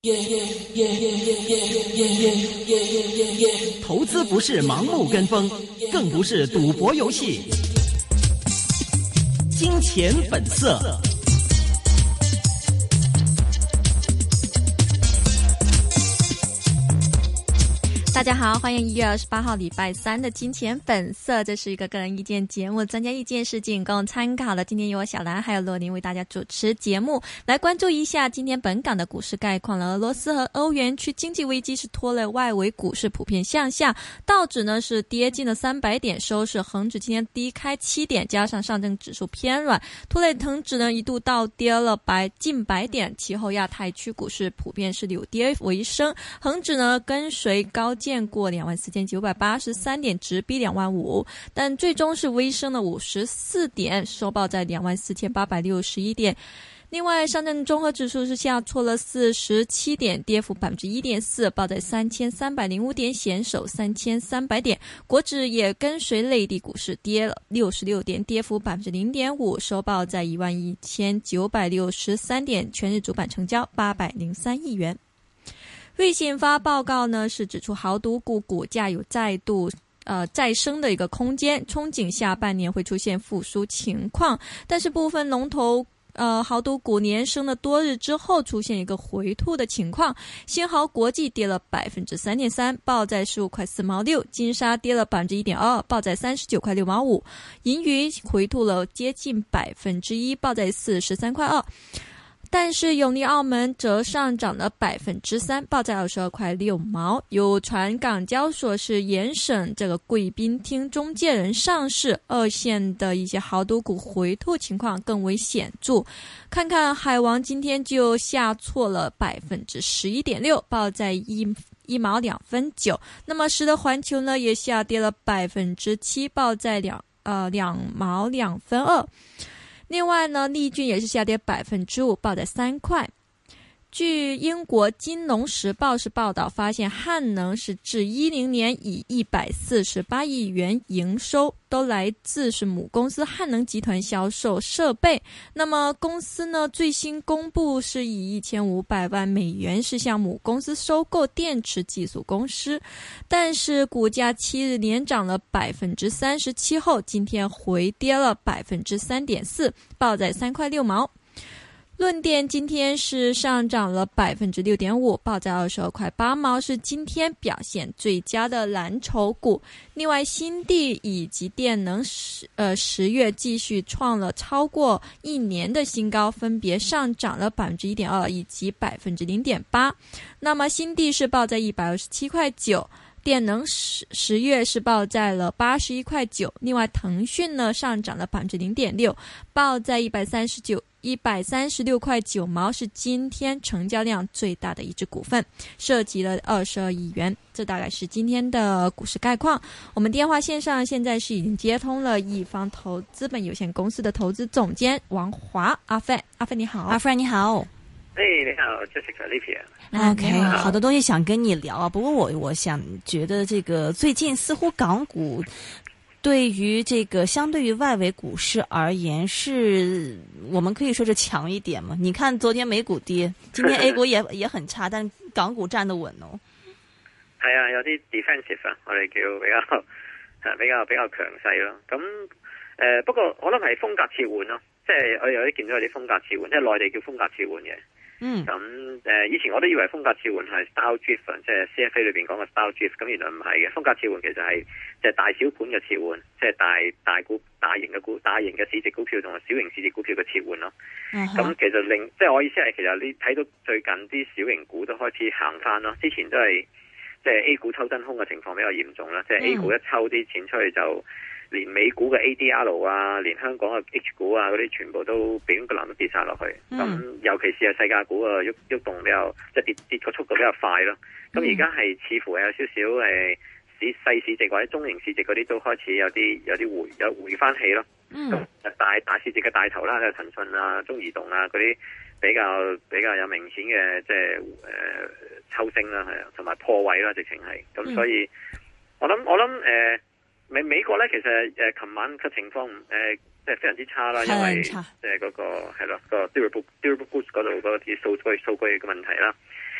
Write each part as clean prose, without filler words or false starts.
投资不是盲目跟风，更不是赌博游戏。金钱本色。 大家好，欢迎1月28号礼拜三的金钱本色，这是一个个人意见节目，专家意见是仅供参考的。今天由我小兰还有洛宁为大家主持节目，来关注一下今天本港的股市概况了。俄罗斯和欧元区经济危机是拖累外围股市普遍向下，道指呢是跌进了300点收市，恒指今天低开7点，加上上证指数偏软，拖累恒指呢一度倒跌了近100点。其后亚太区股市普遍是扭跌为升，恒指呢跟随高见过24,983点，直逼25,000，但最终是微升了54点，收报在24,861点。另外，上证综合指数是下挫了47点，跌幅1.4%，报在3305点，险守3300点。国指也跟随内地股市跌了66点，跌幅0.5%，收报在11,963点。全日主板成交803亿元。瑞信发报告呢，是指出豪赌股股价有再升的一个空间，憧憬下半年会出现复苏情况，但是部分龙头豪赌股连升了多日之后出现一个回吐的情况，新豪国际跌了3.3%，报在15块4毛6，金沙跌了1.2%，报在39块6毛5，银娱回吐了接近1%，报在43块2。但是永利澳门则上涨了3%，报在22块6毛。有传港交所是严审这个贵宾厅中介人上市，二线的一些豪赌股回吐情况更为显著。看看海王今天就下挫了11.6%，报在1毛2分9。那么实德环球呢也下跌了7%，报在2毛2分2。另外呢，利骏也是下跌5%，报在3块。据英国金融时报是报道，发现汉能是至10年以148亿元营收都来自是母公司汉能集团销售设备。那么公司呢最新公布是以1500万美元是向母公司收购电池技术公司，但是股价7日连涨了37%后，今天回跌了3.4%，报在3块6毛。论电今天是上涨了6.5%，报在22块8毛，是今天表现最佳的蓝筹股。另外，新地以及电能10月继续创了超过1年的新高，分别上涨了1.2%以及0.8%。那么新地是报在127块9。电能10月是报在了81块9，另外腾讯呢上涨了0.6%，报在136块9毛，是今天成交量最大的一只股份，涉及了22亿元。这大概是今天的股市概况。我们电话线上现在是已经接通了易方投资本有限公司的投资总监王华，阿飞你好。 阿飞你好。 你好 Jessica Lipia。OK， 好多东西想跟你聊啊。不过我想觉得这个最近似乎港股对于这个相对于外围股市而言，是我们可以说是强一点嘛？你看昨天美股跌，今天 A 股也很差，但港股站得穩哦。 係啊，有啲 defensive 啊，我哋叫比較強勢咯。咁不過我諗係風格切換咯，即係我有啲見到有啲風格切換，即係內地叫風格切換嘅。咁以前我都以為風格切換係 style drift， 即係 CFA 裏邊講嘅 style drift， 咁原來唔係嘅。風格切換其實係即係大小盤嘅切換，即係大型嘅市值股票同埋小型市值股票嘅切換咯。咁其實即係我意思係，其實你睇到最近啲小型股都開始行翻咯，之前都係即係 A 股抽真空嘅情況比較嚴重啦，即係 A 股一抽啲錢出去就連美股嘅 ADR 啊，連香港嘅 H 股啊嗰啲全部都扁個籃都跌晒落去。咁尤其是係世界股啊，喐動比較即係跌個速度比較快咯。咁而家係似乎係有少少細市值或者中型市值嗰啲都開始有回翻起咯。大市值嘅大頭啦，即係騰訊啊、中移動啊嗰啲比較有明顯嘅即係抽升啦，係啊，同埋破位啦，直情係。咁所以我諗美國咧，其實琴晚嘅情況即係非常之差啦，因為即係嗰個係咯個 durable goods 嗰度嗰啲數據嘅問題啦。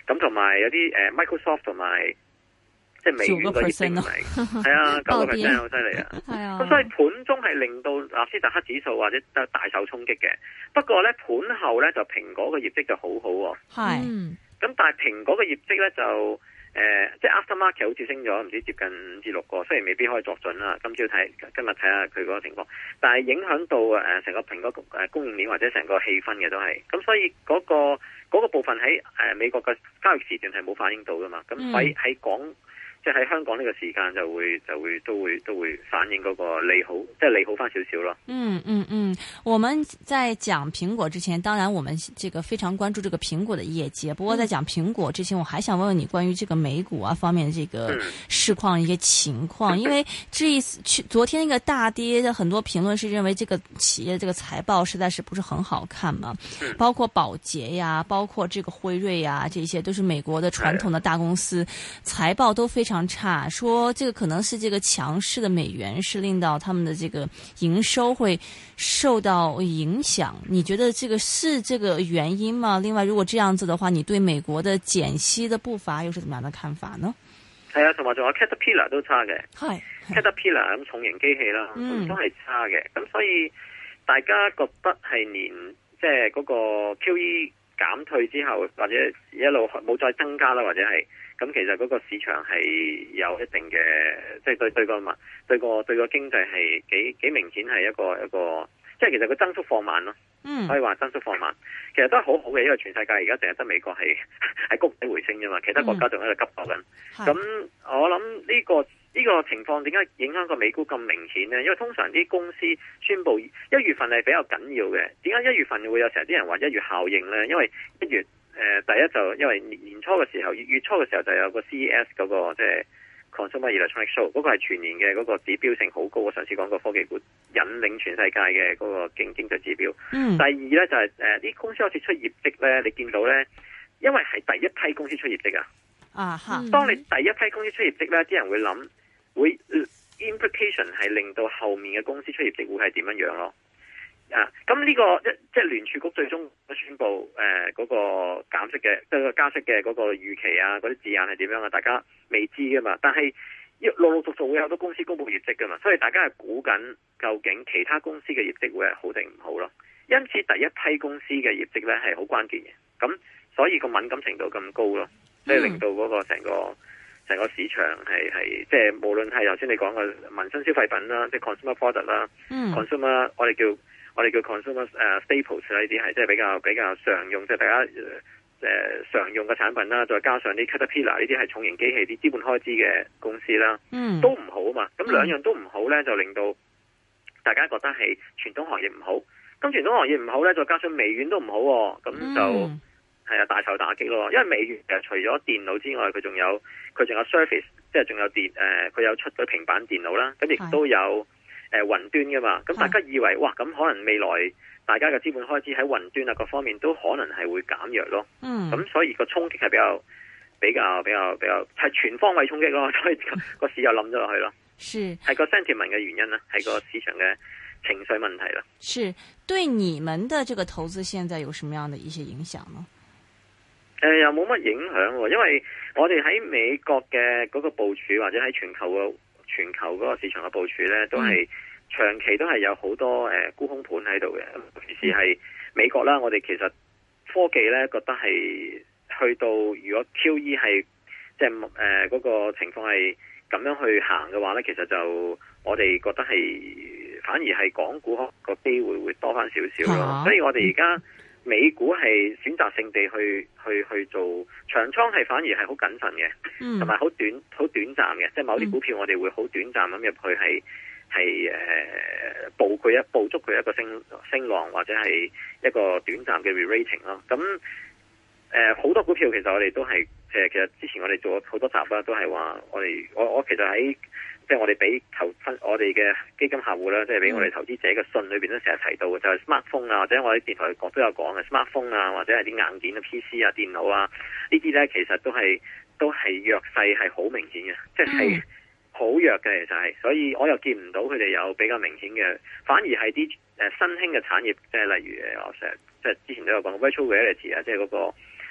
咁同埋有啲Microsoft 同埋即係微軟個業績唔係，係啊9%好犀利啊！係啊，咁所以盤中係令到納斯達克指數或者大受衝擊嘅。不過咧盤後咧就蘋果嘅業績就好好喎。 係， 咁但係蘋果嘅業績咧就即係 aftermarket 好似升咗，唔知接近5至6個，雖然未必可以作準啦。今日睇下佢嗰個情況，但係影響到成個蘋果供應鏈或者成個氣氛嘅都係。咁所以嗰個部分喺美國嘅交易時段係冇反映到噶嘛。咁喺講。即係喺香港呢個時間都會反映嗰個利好，即係利好翻少少咯。 我們在講蘋果之前，當然我們這個非常關注這個蘋果的業績。不過在講蘋果之前，我還想問問你關於這個美股方面這個市況一些情況。因為昨天那個大跌，很多評論是認為這個企業這個財報實在是不是很好看嘛？包括寶潔呀，包括這個輝瑞呀，這些都是美國的傳統的大公司，財報都非常差，說這個可能是這個強勢的美元是令到他們的這個營收會受到影響。你覺得這個是這個原因嗎？另外，如果這樣子的話，你對美國的減息的步伐又是怎麼樣的看法呢？ 係啊，同埋仲有 Caterpillar 都差嘅， 係 Caterpillar 咁重型機器啦，都係差嘅。咁所以大家覺得係連即係嗰個 QE 減退之後，或者一路冇再增加啦，或者係。咁其實嗰個市場係有一定嘅，即係對個經濟係幾明顯係一個，即係其實個增速放慢咯。可以話增速放慢，其實都係好好嘅，因為全世界而家淨係得美國係喺谷底回升啫嘛，其他國家仲喺度急落緊。咁我諗呢個情況點解影響個美股咁明顯呢？因為通常啲公司宣布1月份係比較緊要嘅。點解1月份會有成日啲人話1月效應呢？因為1月第一就因為年初嘅時候，月初嘅時候就有個 CES 嗰個即係 Consumer Electronics Show， 嗰個係全年嘅嗰個指標性好高。我上次講過科技股引領全世界嘅嗰個經濟指標。第二呢，就係啲公司開始出業績呢，你見到呢，因為係第一批公司出業績啊。當你第一批公司出業績呢，啲人會諗會 implication 係令到後面嘅公司出業績會係點樣樣咯。咁呢個即係聯儲局最終宣布嗰個減息嘅即係加息嘅嗰個預期啊，嗰啲字眼係點樣啊？大家未知噶嘛，但係陸陸續續會有好多公司公布業績噶嘛，所以大家係估緊究竟其他公司嘅業績會係好定唔好咯。因此第一批公司嘅業績咧係好關鍵嘅，咁所以個敏感程度咁高咯，即係令到嗰個成個市場係即係無論係頭先你講嘅民生消費品啦，即係 consumer product 啦，consumer 我哋叫 consumer staples 呢啲係即係比較常用，即係大家常用嘅產品啦，再加上啲 Caterpillar 呢啲係重型機器啲資本開支嘅公司啦，都唔好啊嘛。咁兩樣都唔好咧，就令到大家覺得係傳統行業唔好。咁傳統行業唔好咧，再加上微軟都唔好，咁就係大受打擊咯。因為微軟其實除咗電腦之外，佢仲有 Surface， 即係仲有佢有出咗平板電腦啦，咁亦都有雲端噶嘛。咁大家以為哇，咁可能未來大家嘅資本開支喺雲端啊各方面都可能係會減弱咯。咁所以個衝擊係比較係全方位衝擊咯，所以個市又冧咗落去咯。係個 sentiment 嘅原因啦，係個市場嘅情緒問題啦。 是對你們的這個投資現在有什麼樣的一些影響呢？ 又冇乜影響，因為我哋喺美國嘅嗰個部署，或者喺全球嗰個市場嘅部署呢，都係長期都係有好多沽空盤喺度嘅。尤其是係美國啦，我哋其實科技呢覺得係去到如果 QE 係即係嗰個情況係咁樣去行嘅話呢，其實就我哋覺得係反而係港股個機會會多翻少少咯。所以我哋而家美股係選擇性地去做長倉，係反而係好謹慎嘅，同埋好短暫嘅。即係某啲股票我哋會好短暫咁入去係捕捉佢一個升浪，或者係一個短暫嘅 re-rating 咯。咁好多股票其實我哋都係其實之前我哋做咗好多集啦，都係話我其實喺即係我哋俾我哋嘅基金客戶啦，即係俾我哋投資者嘅信裏邊都成日提到嘅，就係 smartphone 啊，或者我哋電台都有講嘅 smartphone 啊，或者係啲硬件啊 PC 啊電腦啊呢啲咧，其實都係弱勢係好明顯嘅，即係好弱嘅其實係，所以我又見唔到佢哋有比較明顯嘅，反而係啲新興嘅產業，即係例如我成日即係之前都有講 virtual reality 啊，即係嗰個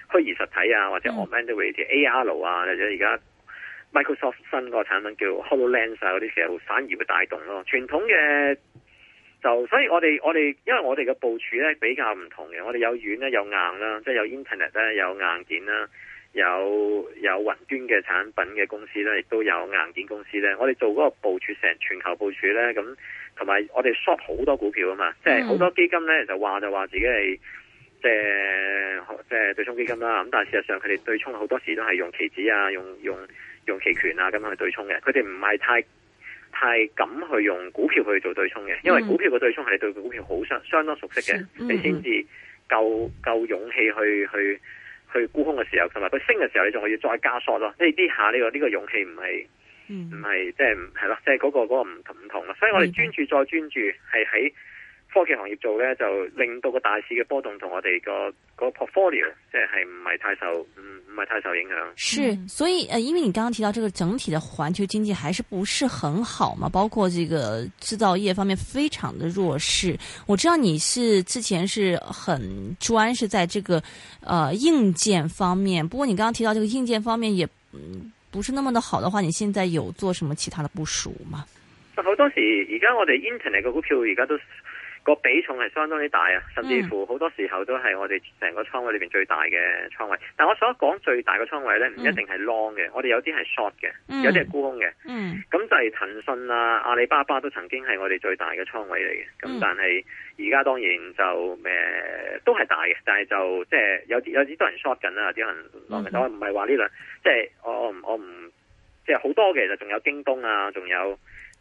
虛擬實體啊，或者 augmented reality、AR 啊，或者而家 Microsoft 新個產品叫 HoloLens 啊嗰啲，其實反而會帶動咯。傳統嘅就所以我哋因為我哋嘅部署咧比較唔同嘅，我哋有軟咧有硬啦，即係有 Internet 咧有硬件啦，有雲端嘅產品嘅公司咧，亦都有硬件公司咧。我哋做嗰個部署全球部署咧，咁同埋我哋 short 好多股票啊嘛，即係好多基金咧就話自己係即係對沖基金啦。咁但係事實上佢哋對沖好多時都係用期指啊，用期權啊咁去對沖嘅。佢哋唔係太敢去用股票去做對沖嘅，因為股票嘅對沖係對股票好相當熟悉嘅，你先至夠勇氣去沽空嘅時候，同埋佢升嘅時候，你仲要再加索咯。呢下呢個勇氣唔係即係係咯，即係嗰個唔同啦。所以我哋專注再專注係喺科技行業做咧，就令到個大市嘅波動同我哋個 portfolio 即係唔係太受影響。 是，所以因為你剛剛提到這個整體的環球經濟還是不是很好嘛，包括這個製造業方面非常的弱勢。我知道你是之前是很專是在這個硬件方面，不過你剛剛提到這個硬件方面也不是那麼的好的話，你現在有做什麼其他的部署嗎？ 好多時而家我哋 Internet 嘅股票而家都個比重係相當之大啊，甚至乎好多時候都係我哋成個倉位裏邊最大嘅倉位。但我所講最大嘅倉位咧，唔一定係 long 嘅，我哋有啲係 short 嘅，有啲係沽空嘅。咁就係騰訊啊、阿里巴巴都曾經係我哋最大嘅倉位嚟嘅。咁但係而家當然就都係大嘅，但係就即係有啲多人 short 緊啦，有啲人 long 緊。我唔係話呢兩，即係我唔即係好多嘅，就仲有京東啊，仲有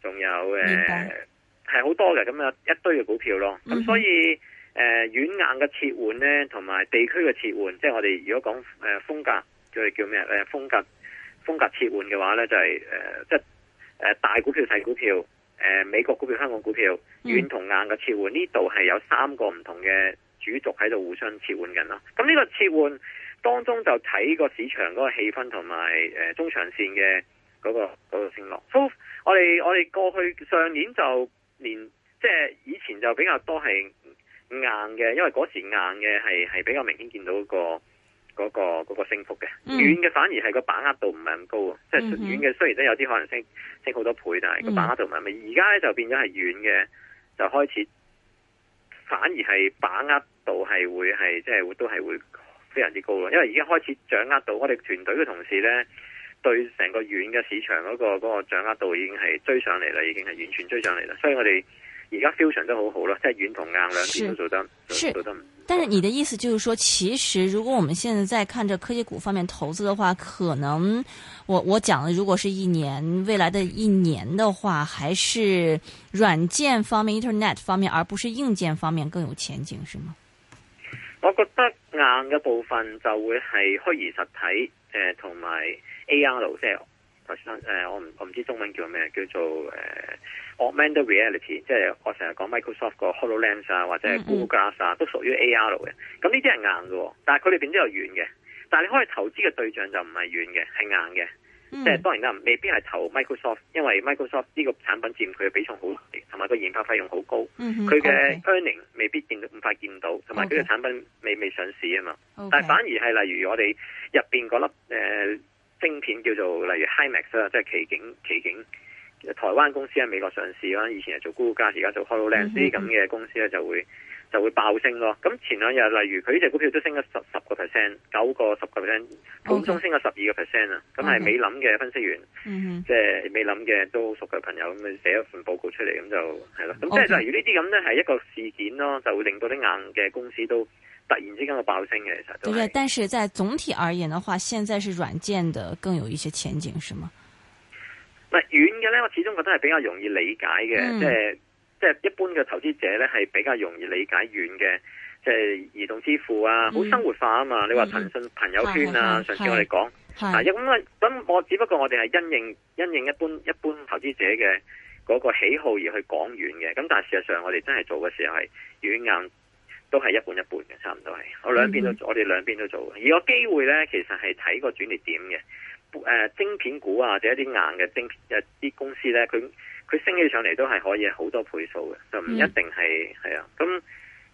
係好多嘅，咁啊一堆嘅股票咯。咁所以軟硬嘅切換咧，同埋地區嘅切換，即係我哋如果講風格叫咩？風格切換嘅話咧，就係即係大股票、細股票，美國股票、香港股票，軟同硬嘅切換，呢度係有3個唔同嘅主軸喺度互相切換緊咯。咁呢個切換當中就睇個市場嗰個氣氛同埋中長線嘅嗰個升落。So 我哋過去上年就即係以前就比較多係硬嘅，因為嗰時硬嘅係比較明顯見到嗰個升幅嘅。軟嘅反而係個把握度唔係咁高，即係軟嘅雖然都有啲可能升好多倍，但係個把握度唔係咁。而家咧就變咗係軟嘅，就開始反而係把握度係會係即係都係會非常之高咯。因為而家開始掌握到我哋團隊嘅同事咧，對成個軟嘅市場嗰個掌握度已經係追上嚟啦，已經係完全追上嚟啦。所以我哋而家 fusion 都好好咯，即係軟同硬兩邊都做得。 但是你的意思就是說，其實如果我們現在在看着科技股方面投資的話，可能我講的如果是未來的一年的話，還是軟件方面 Internet 方面，而不是硬件方面更有前景，是嗎？ 我覺得硬嘅部分就會係虛擬實體同埋 AR， 即係頭先我唔知中文叫咩，叫做augmented reality， 即係我成日講 Microsoft 個 HoloLens 啊，或者係 Google Glass 啊，都屬於 AR 嘅。咁呢啲係硬嘅，但係佢哋邊都有軟嘅。但係你可以投資嘅對象就唔係軟嘅，係硬嘅。即係當然啦，未必係投 Microsoft， 因為 Microsoft 呢個產品佔佢嘅比重好大，同埋個研發費用好高。佢嘅 earning 未必咁快見到，同埋佢嘅產品未上市啊嘛。但係反而係例如我哋入邊嗰粒晶片叫做例如 Himax 啦，即係奇景台灣公司喺美國上市啦，以前係做 Google Glass，而家做 HoloLens 呢啲咁嘅公司咧就會爆升咯。咁前兩日例如佢呢隻股票都升咗10%，9個10%，盤中升咗12%啊。咁係美林嘅分析員，即係美林嘅都熟嘅朋友咁寫一份報告出嚟，咁就係咯。咁即係例如呢啲咁咧係一個事件咯，就會令到啲硬嘅公司都突然之間個爆升嘅，其實都係。 對，但是在總體而言的話，現在是軟件的更有一些前景，是嗎？ 軟嘅咧，我始終覺得係比較容易理解嘅，即係一般嘅投資者咧係比較容易理解軟嘅，即係移動支付啊，好生活化啊嘛。你話騰訊朋友圈啊，上次我哋講，咁我只不過我哋係因應一般投資者嘅嗰個喜好而去講軟嘅。咁但係事實上我哋真係做嘅時候係軟硬都係一半一半嘅，差唔多係。我哋兩邊都做。而個機會咧，其實係睇個轉捩點嘅。晶片股啊，或者一啲硬嘅啲公司咧，佢升起上嚟都係可以好多倍數嘅，就唔一定係啊。咁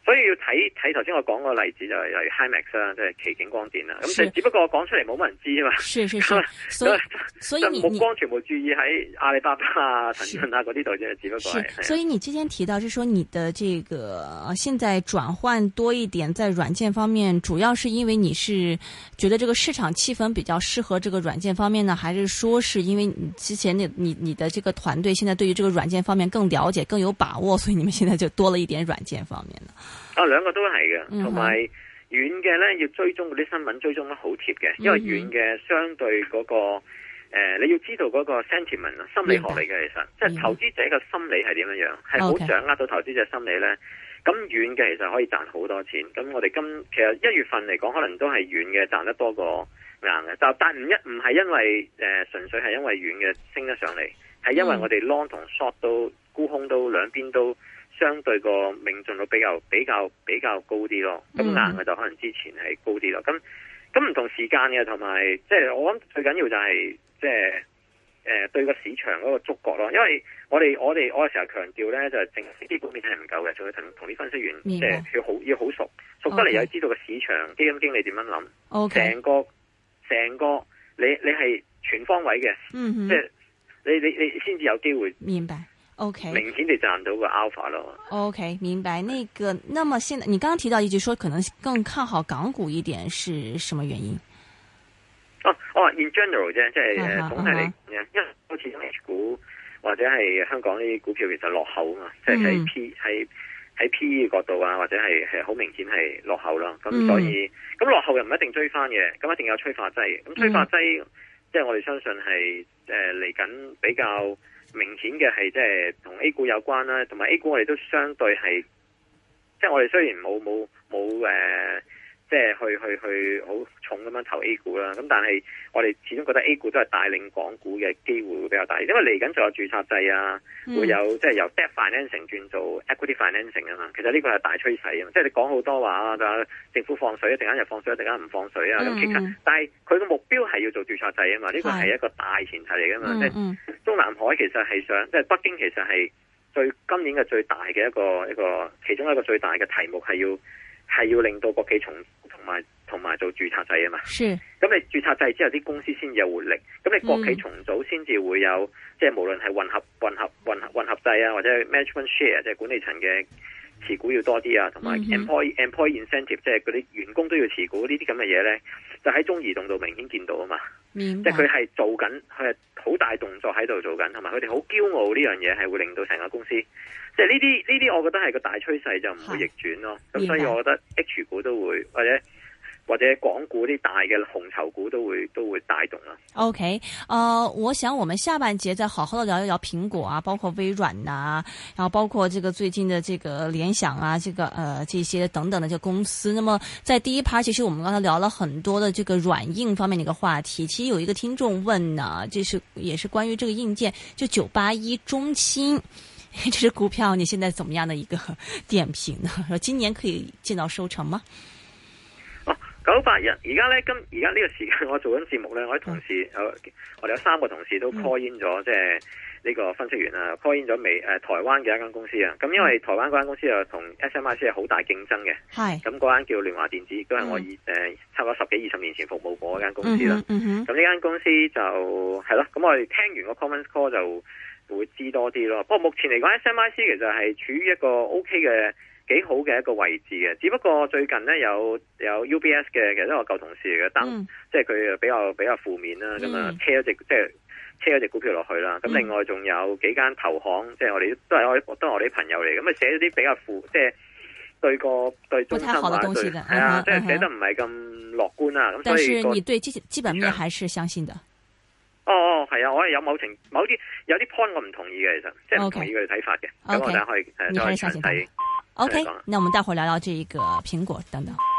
所以要睇頭先我講個例子就係例如 Himax 啦，即係奇景光電啦。咁只不過我講出嚟冇乜人知啊嘛。 是，所以你目光全部注意喺阿里巴巴啊、騰訊啊嗰啲度啫，只不過係。 所以你之前提到是說你的這個現在轉換多一點在軟件方面，主要是因為你是覺得這個市場氣氛比較適合這個軟件方面呢，還是說是因為你之前你的這個團隊現在對於這個軟件方面更了解、更有把握，所以你們現在就多了一點軟件方面呢？ 兩個都係嘅，同埋軟嘅咧要追蹤嗰啲新聞，追蹤得好貼嘅，因為軟嘅相對嗰個你要知道嗰個 sentiment 心理學嚟嘅，其實即係投資者嘅心理係點樣樣，係好掌握到投資者心理咧。咁軟嘅其實可以賺好多錢。咁我哋其實1月份嚟講，可能都係軟嘅賺得多過硬嘅，但唔係因為純粹係因為軟嘅升得上嚟，係因為我哋 long 同 short 都沽空都兩邊都。相對個命中率比較高啲咯，咁硬嘅就可能之前係高啲咯。咁唔同時間嘅，同埋即係我諗最緊要就係即係對個市場嗰個觸覺咯。因為我哋成日強調咧，就係淨係基本面係唔夠嘅，仲要同啲分析員即係要好熟得嚟，又知道個市場基金經理點樣諗。成個你係全方位嘅，即係你先至有機會明白。OK， 明顯地賺到個 alpha 咯。 OK， 明白。那麼現在你剛剛提到一句，說可能更看好港股一點，是什麼原因 ？in general 啫，即係總體嚟，因為好似 H 股或者係香港呢啲股票其實落後啊嘛，即係喺 PE 角度啊，或者係好明顯係落後啦。咁所以咁落後又唔一定追翻嘅，咁一定有催化劑。咁催化劑即係我哋相信係嚟緊比較。明顯嘅係即係同 A 股有關啦，同埋 A 股我哋都相對係，即係我哋雖然冇即係去好重咁樣投 A 股啦，咁但係我哋始終覺得 A 股都係帶領港股嘅機會會比較大，因為嚟緊仲有註冊制啊，會有即係由 debt financing 轉做 equity financing 啊嘛，其實呢個係大趨勢啊，即係你講好多話啊，政府放水一陣間又放水，一陣間唔放水啊，咁其實但係佢個目標係要做註冊制啊嘛，呢個係一個大前提嚟噶嘛，即係中南海其實係想，即係北京其實係今年嘅最大嘅一個其中一個最大嘅題目係要令到國企同埋做註冊制啊嘛。咁你註冊制之後，啲公司先至有活力。咁你國企重組先至會有，即係無論係混合制啊，或者 management share， 即係管理層嘅持股要多啲啊，同埋 employee incentive， 即係嗰啲員工都要持股呢啲咁嘅嘢咧，就喺中移動度明顯見到啊嘛。即係佢係做緊，佢係好大動作喺度做緊，同埋佢哋好驕傲呢樣嘢係會令到成個公司。即係呢啲，我覺得係個大趨勢，就唔會逆轉咯。咁所以我覺得 H 股都會或者港股啲大嘅紅籌股都會帶動啦。 OK，我想我們下半節再好好的聊一聊蘋果啊，包括微軟啊，然後包括這個最近的這個聯想啊，這些等等的這個公司。那麼在第一 part，其實我們剛才聊了很多的這個軟硬方面的一個話題。其實有一個聽眾問呢，也是關於這個硬件，就981中芯。這隻股票你現在怎麼樣的一個點評呢？說今年可以見到收成嗎 ？981而家呢個時間我做緊節目咧，我啲同事我哋有3個同事都 call in 咗，即係呢個分析員啊 call in 咗台灣嘅一間公司啊。咁因為台灣嗰間公司又同 SMIC 係好大競爭嘅，咁嗰間叫聯華電子，亦都係我差唔多10幾20年前服務過嗰間公司啦。咁呢間公司就係咯，咁我哋聽完個 conference call 就會知多啲咯。不過目前嚟講 SMIC 其實係處於一個 OK 嘅幾好嘅一個位置嘅，只不過最近咧有 UBS 嘅，其實都係我舊同事嚟嘅，即係佢比較負面啦，咁啊車咗隻股票落去啦。咁另外仲有幾間投行，即係我哋都係我哋啲朋友嚟，咁啊寫咗啲比較即係對中芯啊，係啊，即係寫得唔係咁樂觀啦。咁所以但是你對基本面還是相信的。 係啊，我係有有啲 point 我唔同意嘅，其實即係唔同意佢哋睇法嘅。咁我哋可以詳細。 OK，那我們待會兒聊聊這個蘋果等等。